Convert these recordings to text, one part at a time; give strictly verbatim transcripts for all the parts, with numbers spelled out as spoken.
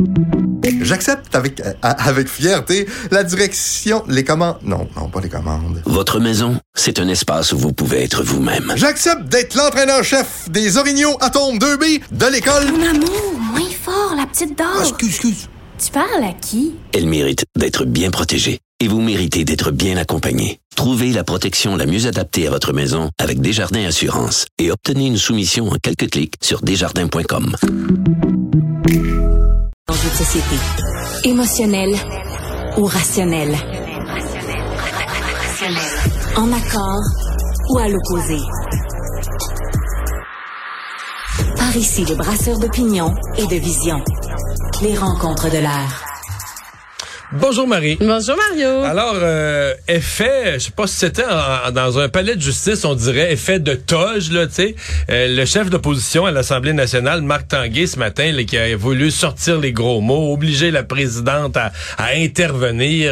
J'accepte avec, euh, avec fierté la direction, les commandes... Non, non, pas les commandes. Votre maison, c'est un espace où vous pouvez être vous-même. J'accepte d'être l'entraîneur-chef des Orignaux Atomes deux B de l'école... Mon amour, moins fort, la petite dame. Ah, excuse, excuse. Tu parles à qui? Elle mérite d'être bien protégée. Et vous méritez d'être bien accompagné. Trouvez la protection la mieux adaptée à votre maison avec Desjardins Assurance et obtenez une soumission en quelques clics sur desjardins point com. Enjeu de société. Émotionnel ou rationnel. En accord ou à l'opposé. Par ici, les brasseurs d'opinion et de vision. Les rencontres de l'air. Bonjour Marie. Bonjour Mario. Alors, euh, effet, je sais pas si c'était en, en, dans un palais de justice, on dirait effet de toge, là, tu sais. Euh, le chef d'opposition à l'Assemblée nationale, Marc Tanguay, ce matin, là, qui a voulu sortir les gros mots, obliger la présidente à, à intervenir.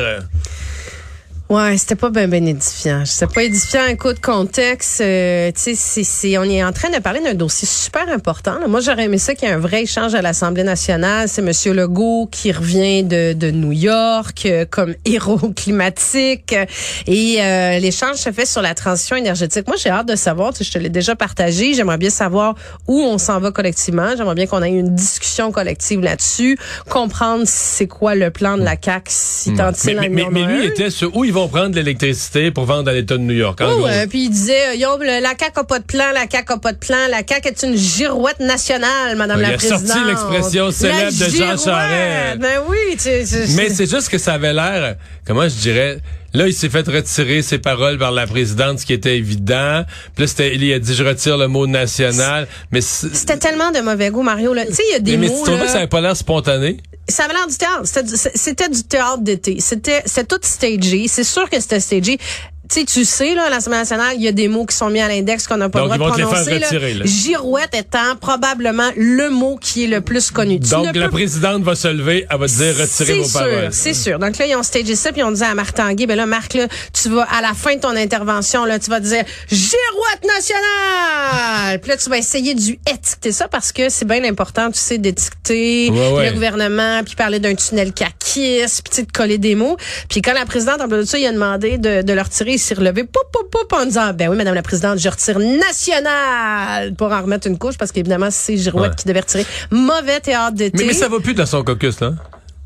Ouais, c'était pas bien ben édifiant. C'était pas édifiant. Écoute, contexte, euh, tu sais, c'est, c'est, on est en train de parler d'un dossier super important. Là. Moi, j'aurais aimé ça qu'il y ait un vrai échange à l'Assemblée nationale. C'est M. Legault qui revient de, de New York euh, comme héros climatique. Et euh, l'échange se fait sur la transition énergétique. Moi, j'ai hâte de savoir, tu sais, je te l'ai déjà partagé, j'aimerais bien savoir où on s'en va collectivement. J'aimerais bien qu'on ait une discussion collective là-dessus, comprendre c'est quoi le plan de la C A Q, si tant mais, il mais, mais, mais lui était sur où il vont prendre de l'électricité pour vendre à l'État de New York. En oh, gros. Euh, puis il disait, yo, la C A Q a pas de plan, la C A Q a pas de plan, la C A Q est une girouette nationale, Madame ouais, la Présidente. Il a sorti l'expression célèbre de Jean Charest. Ben oui, tu sais. Mais c'est juste que ça avait l'air, comment je dirais... Là, il s'est fait retirer ses paroles par la présidente, ce qui était évident. Puis là, c'était, il a dit, je retire le mot national. Mais c'était tellement de mauvais goût, Mario. Tu sais, il y a des mais, mots. Mais tu trouves pas que ça avait pas l'air spontané? Ça avait l'air du théâtre. C'était, c'était du théâtre d'été. C'était, c'était tout stagé. C'est sûr que c'était stagé. Tu sais, tu sais, là, à l'Assemblée nationale, il y a des mots qui sont mis à l'index qu'on n'a pas Donc, le droit de prononcer. Donc, ils vont te les faire retirer, là. Girouette étant probablement le mot qui est le plus connu. Tu Donc, la peux... présidente va se lever, elle va te dire retirez vos sûr, paroles. C'est sûr. Donc là, ils ont stagé ça, puis ils ont dit à Marc Tanguay, ben là, Marc, là, tu vas, à la fin de ton intervention, là, tu vas dire Girouette nationale! Puis là, tu vas essayer de étiqueter ça parce que c'est bien important, tu sais, d'étiqueter ouais, ouais. le gouvernement, puis parler d'un tunnel caquiste, puis tu sais, de coller des mots. Puis quand la présidente, en plus de ça, il a demandé de, de le retirer, il s'est relevé, poup, poup, poup, en disant, ben oui, Madame la Présidente, je retire national pour en remettre une couche, parce qu'évidemment, c'est Girouette ouais. qui devait retirer. Mauvais théâtre d'été. Mais, mais ça va plus dans son caucus, là?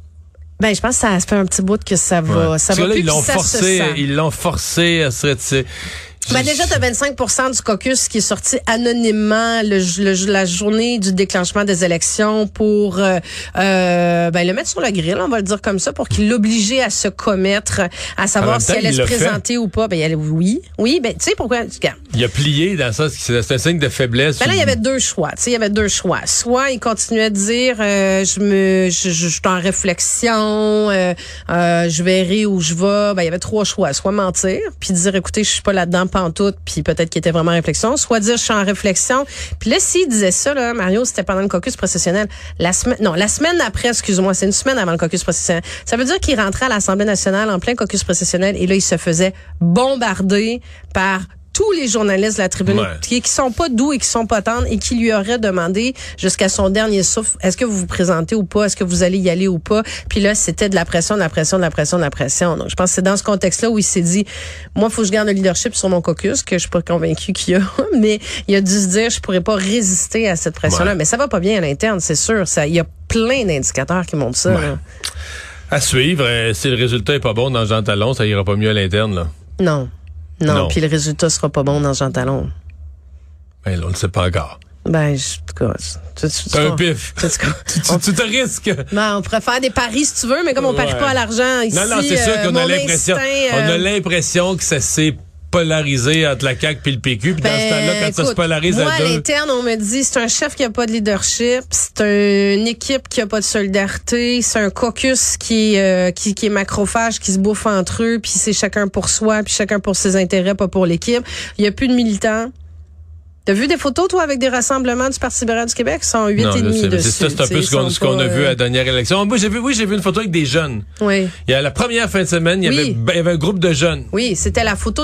Ben, je pense que ça, ça fait un petit bout que ça va, ouais. ça Parce va que là, plus, ils l'ont ça forcé, ils l'ont forcé à se retirer. Ben déjà, t'as vingt-cinq pour cent du caucus qui est sorti anonymement le, le, la journée du déclenchement des élections pour euh, euh, ben le mettre sur le grill, on va le dire comme ça, pour qu'il l'obligeait à se commettre, à savoir si elle allait se présenter ou pas. Ben elle, oui, oui. Ben tu sais pourquoi? Il a plié dans ça, c'est un signe de faiblesse. Ben là, il y avait deux choix. Tu sais, il y avait deux choix. Soit il continuait à dire, euh, je me, je, je, je suis en réflexion, euh, euh, je verrai où je vais. Ben il y avait trois choix. Soit mentir, puis dire, écoutez, je suis pas là-dedans. En tout, puis peut-être qu'il était vraiment en réflexion, soit dire je suis en réflexion. Puis là, s'il disait ça, là, Mario, c'était pendant le caucus processionnel. La semaine, non, la semaine après, excuse-moi, c'est une semaine avant le caucus processionnel. Ça veut dire qu'il rentrait à l'Assemblée nationale en plein caucus processionnel et là, il se faisait bombarder par tous les journalistes de la tribune, ouais. qui, qui sont pas doux et qui sont pas tendres et qui lui auraient demandé jusqu'à son dernier souffle, est-ce que vous vous présentez ou pas, est-ce que vous allez y aller ou pas. Puis là, c'était de la pression, de la pression, de la pression, de la pression. Donc, je pense que c'est dans ce contexte-là où il s'est dit, moi, faut que je garde le leadership sur mon caucus, que je suis pas convaincu qu'il y a, mais il a dû se dire, je pourrais pas résister à cette pression-là. Ouais. Mais ça va pas bien à l'interne, c'est sûr. Ça, il y a plein d'indicateurs qui montrent ça. Ouais. Là. À suivre, euh, si le résultat est pas bon dans Jean Talon, ça ira pas mieux à l'interne, là. Non. Non, non. Puis le résultat sera pas bon dans Jean Talon. Ben là, on le sait pas encore. Ben, je, en tout cas, tu, tu, c'est un pif. Tu, tu, tu, tu te risques. Ben, on pourrait faire des paris si tu veux, mais comme on ouais. parie pas à l'argent ici, non, non, c'est sûr qu'on euh, a l'impression, instinct, euh... on a l'impression que ça s'est polarisé entre la C A Q puis le P Q. Puis ben, dans ce temps-là, quand écoute, ça se polarise moi, à deux... Moi, à l'interne, on me dit c'est un chef qui a pas de leadership, c'est une équipe qui a pas de solidarité, c'est un caucus qui est, euh, qui, qui est macrophage, qui se bouffe entre eux, puis c'est chacun pour soi, puis chacun pour ses intérêts, pas pour l'équipe. Il y a plus de militants. T'as vu des photos, toi, avec des rassemblements du Parti libéral du Québec? Ils sont huit et demi dessus. C'est, c'est un peu ce qu'on, ce qu'on a vu à la dernière élection. Moi, j'ai vu, oui, j'ai vu une photo avec des jeunes. Oui. Il y a la première fin de semaine, il y, oui. avait, il y avait un groupe de jeunes. Oui, c'était la photo de la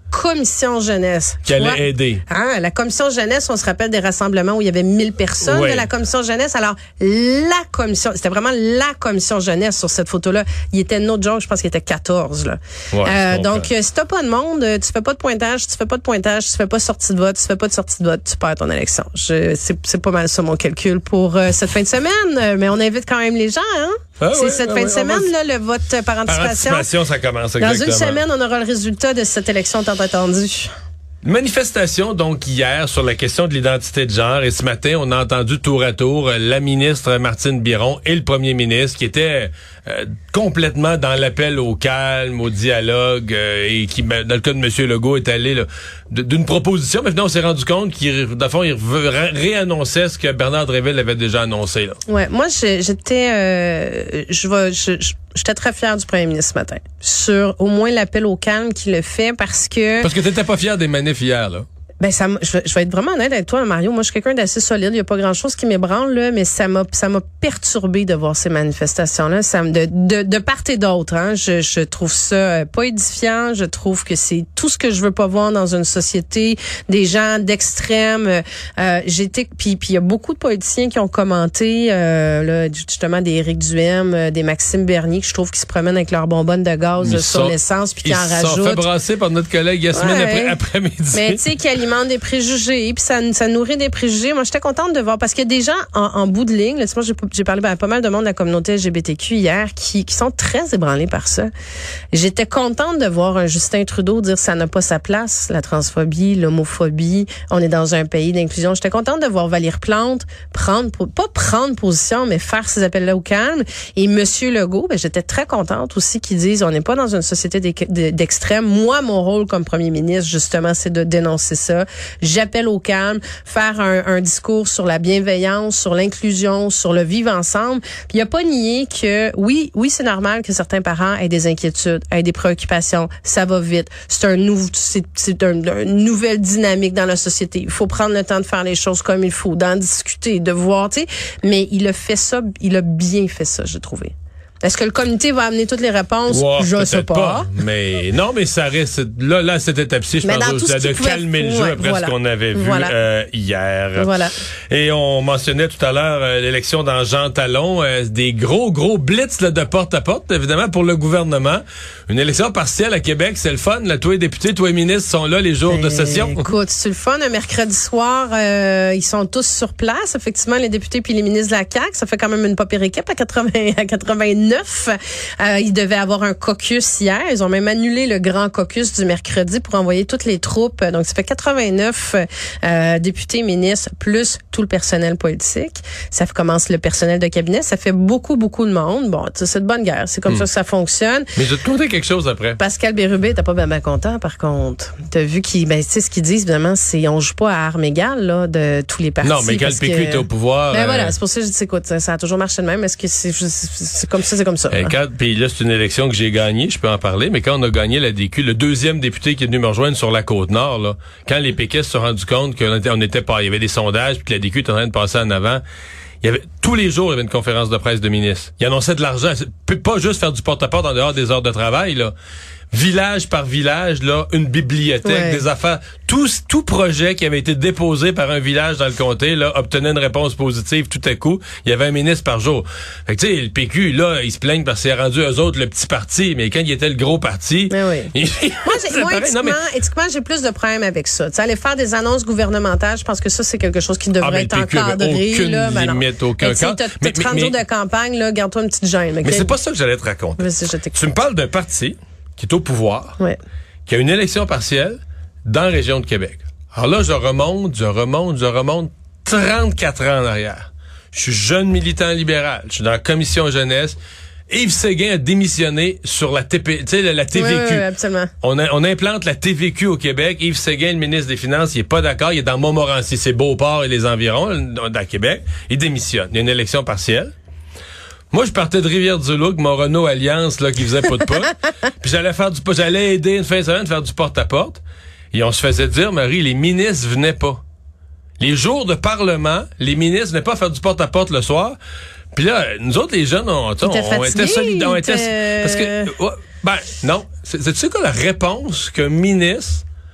commission jeunesse. Qui allait aider. Hein, la commission jeunesse, on se rappelle des rassemblements où il y avait mille personnes ouais. de la commission jeunesse. Alors, la commission, c'était vraiment la commission jeunesse sur cette photo-là. Il était no joke, je pense qu'il était quatorze. Là. Ouais, euh, donc, euh, si t'as pas de monde, tu fais pas de pointage, tu fais pas de pointage, tu fais pas de sortie de vote, tu fais pas de sortie de vote, tu perds ton élection. Je, c'est, c'est pas mal ça mon calcul pour euh, cette fin de semaine. Mais on invite quand même les gens, hein? Ah c'est oui, cette ah fin oui, de semaine, va... là, le vote par anticipation. Par anticipation, ça commence, exactement. Dans une semaine, on aura le résultat de cette élection tant attendue. Manifestation, donc, hier, sur la question de l'identité de genre. Et ce matin, on a entendu tour à tour la ministre Martine Biron et le premier ministre qui étaient euh, complètement dans l'appel au calme, au dialogue, euh, et qui, dans le cas de M. Legault, est allé là, d'une proposition. Mais finalement, on s'est rendu compte qu'il, dans le fond, il réannonçait ce que Bernard Dréville avait déjà annoncé. Là. Ouais, moi, j'étais... Euh, je vais... Je, je, J'étais très fière du premier ministre ce matin sur au moins l'appel au calme qu'il a fait parce que... Parce que t'étais pas fier des manifs hier, là. Ben ça, je vais, je vais être vraiment honnête avec toi, Mario. Moi, je suis quelqu'un d'assez solide. Il y a pas grand-chose qui m'ébranle là, mais ça m'a, ça m'a perturbé de voir ces manifestations-là. Ça me, de, de, de part et d'autre. Hein, je, je trouve ça pas édifiant. Je trouve que c'est tout ce que je veux pas voir dans une société. Des gens d'extrême. Euh, j'étais, puis, puis il y a beaucoup de politiciens qui ont commenté euh, là, justement des Éric Duhem, des Maxime Bernier, que je trouve qui se promènent avec leurs bonbonnes de gaz là, sur l'essence, puis qui en rajoutent. Ils se sont fait brasser par notre collègue Yasmine ouais. après, après-midi. Mais tu sais qu'il des préjugés, puis ça, ça nourrit des préjugés. Moi, j'étais contente de voir, parce qu'il y a des gens en, en bout de ligne, là, moi, j'ai, j'ai parlé à pas mal de monde de la communauté L G B T Q hier qui, qui sont très ébranlés par ça. J'étais contente de voir un Justin Trudeau dire ça n'a pas sa place, la transphobie, l'homophobie, on est dans un pays d'inclusion. J'étais contente de voir Valérie Plante prendre, pas prendre position, mais faire ces appels-là au calme. Et Monsieur Legault, ben, j'étais très contente aussi qu'ils disent on n'est pas dans une société d'extrême. Moi, mon rôle comme premier ministre, justement, c'est de dénoncer ça. J'appelle au calme, faire un, un discours sur la bienveillance, sur l'inclusion, sur le vivre ensemble. Puis il a pas nié que oui, oui, c'est normal que certains parents aient des inquiétudes, aient des préoccupations. Ça va vite. C'est un nouveau, c'est, c'est un, une nouvelle dynamique dans la société. Il faut prendre le temps de faire les choses comme il faut, d'en discuter, de voir, tu sais. Mais il a fait ça, il a bien fait ça, j'ai trouvé. Est-ce que le comité va amener toutes les réponses? Wow, je ne sais pas. pas. Mais non, mais ça reste là, là cette étape-ci, je mais pense que de calmer le jeu ouais, après voilà. ce qu'on avait vu voilà. euh, hier. Voilà. Et on mentionnait tout à l'heure euh, l'élection dans Jean Talon, euh, des gros, gros blitz là, de porte à porte, évidemment, pour le gouvernement. Une élection partielle à Québec, c'est le fun. Là, tous les députés, tous les ministres sont là les jours ben, de session. Écoute, c'est le fun. Un mercredi soir, euh, ils sont tous sur place. Effectivement, les députés puis les ministres de la C A Q, ça fait quand même une pas pire équipe à quatre-vingts, à quatre-vingt-neuf. Euh, il devait avoir un caucus hier. Ils ont même annulé le grand caucus du mercredi pour envoyer toutes les troupes. Donc, ça fait quatre-vingt-neuf euh, députés, ministres, plus tout le personnel politique. Ça commence le personnel de cabinet. Ça fait beaucoup, beaucoup de monde. Bon, c'est de bonne guerre. C'est comme hmm. ça que ça fonctionne. Mais je vais te compter quelque chose après. Pascal Bérubé, t'as pas bien ben content, par contre. T'as vu qu'ils, ben, tu sais, ce qu'ils disent, évidemment, c'est on joue pas à armes égales, là, de tous les partis. Non, mais quand le P Q était au pouvoir. Ben euh... voilà, c'est pour ça que je dis, écoute, ça, ça a toujours marché de même. Est-ce que c'est, c'est, c'est comme ça, c'est comme ça. Et quand, puis là, c'est une élection que j'ai gagnée, je peux en parler, mais quand on a gagné la D Q, le deuxième député qui est venu me rejoindre sur la Côte-Nord, là, quand les péquistes se sont rendus compte qu'on était, on était pas, il y avait des sondages, puis que la D Q était en train de passer en avant, il y avait, tous les jours, il y avait une conférence de presse de ministres. Il annonçait de l'argent. C'est pas juste faire du porte-à-porte en dehors des heures de travail, là. Village par village, là, une bibliothèque, ouais. des affaires. Tout, tout projet qui avait été déposé par un village dans le comté, là, obtenait une réponse positive tout à coup. Il y avait un ministre par jour. Fait que, tu sais, le P Q, là, ils se plaignent parce qu'il a rendu eux autres le petit parti, mais quand il était le gros parti... Mais oui. Il, moi, j'ai, moi éthiquement, non, mais... éthiquement, j'ai plus de problèmes avec ça. Tu sais, aller faire des annonces gouvernementales, je pense que ça, c'est quelque chose qui devrait ah, être P Q encadré. Aucune là, ben limite, aucun cadre. T'as, t'as trente jours de campagne, là, garde-toi une petite gêne. Mais okay? c'est pas ça que j'allais te raconter. Tu me parles d'un parti qui est au pouvoir, ouais. qui a une élection partielle dans la région de Québec. Alors là, je remonte, je remonte, je remonte trente-quatre ans en arrière. Je suis jeune militant libéral. Je suis dans la commission jeunesse. Yves Séguin a démissionné sur la T P, tu sais, la, la T V Q. Oui, oui, absolument. On, a, on implante la T V Q au Québec. Yves Séguin, le ministre des Finances, il est pas d'accord. Il est dans Montmorency, c'est Beauport et les environs, dans Québec. Il démissionne. Il y a une élection partielle. Moi, je partais de Rivière-du-Loup, mon Renault Alliance, là, qui faisait pas de pas. Puis j'allais faire du, j'allais aider une fin de semaine à faire du porte-à-porte. Et on se faisait dire, Marie, les ministres venaient pas. Les jours de parlement, les ministres venaient pas faire du porte-à-porte le soir. Puis là, nous autres, les jeunes, on, on, on était solidaires. On était, parce que, ouais, ben, non. C'est, c'est-tu quoi la réponse qu'un ministre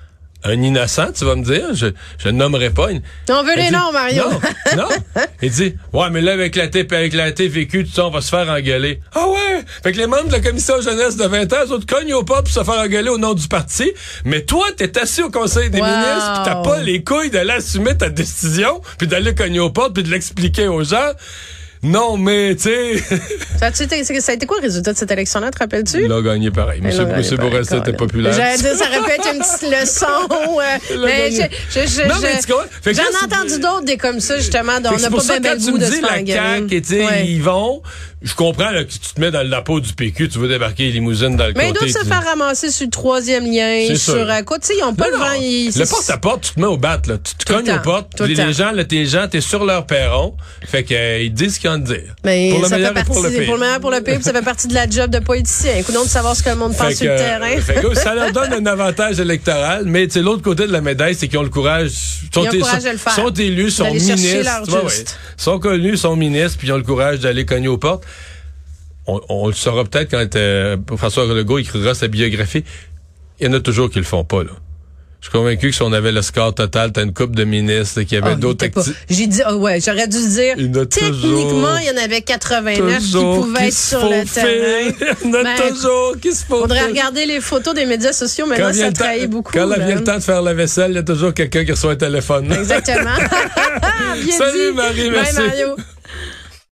un innocent, tu vas me dire, je je ne nommerai pas. Une... On veut Elle les dit, noms, Mario. Non, non. Il dit, ouais, mais là, avec la T avec la T V Q, tout ça, on va se faire engueuler. Ah ouais? Fait que les membres de la commission jeunesse de vingt ans, eux autres cognent au pas pour se faire engueuler au nom du parti. Mais toi, t'es assis au Conseil des wow. ministres, pis t'as pas les couilles d'aller assumer ta décision, puis d'aller cogner aux portes, puis de l'expliquer aux gens. Non, mais, tu sais... ça, ça a été quoi le résultat de cette élection-là, te rappelles-tu? Il a gagné pareil. Monsieur Bourassa était populaire. J'allais dire, ça aurait pu être une petite leçon. Euh, mais je, je, je, non, mais tu comprends? J'en ai entendu d'autres des comme ça, justement, dont on n'a pas bien le goût de se faire engueuler. La C A Q, tu sais, ils vont... Je comprends là, que tu te mets dans la peau du P Q, tu veux débarquer les limousines dans le mais comté. Mais ils doivent se faire ramasser sur le troisième lien, sur à quoi. Tu sais, ils n'ont pas non, le vent. Ils... Le porte-à-porte, tu te mets au bat, là. Tu te cognes aux portes. Les, les gens, là, tes gens, t'es sur leur perron. Fait qu'ils euh, disent ce qu'ils ont à te dire. Mais pour le ça meilleur fait partie, pour le pire. Pour le meilleur pour le pire, puis ça fait partie de la job de politicien. Écoute donc de savoir ce que le monde pense sur le terrain. Fait que ça leur donne un avantage électoral, mais tu sais, l'autre côté de la médaille, c'est qu'ils ont le courage. Sont, ils ont le courage de le faire. Sont élus, sont ministres. Ouais, ouais, sont connus, sont ministres, puis ils ont le courage d'aller cogner aux portes. On, on le saura peut-être quand euh, François Legault écrira sa biographie. Il y en a toujours qui le font pas, là. Je suis convaincu que si on avait le score total, t'as une couple de ministres, qu'il y avait oh, d'autres actifs. J'ai dit, oh ouais, j'aurais dû dire, techniquement, il y en avait quatre-vingt-neuf qui pouvaient qui être sur le terrain. Il y en a ben, toujours qui se font. Faudrait regarder les photos des médias sociaux, maintenant, ça trahit beaucoup. Quand là, vient le temps de faire la vaisselle, il y a toujours quelqu'un qui reçoit un téléphone. Exactement. Salut Marie, merci. Bye Mario.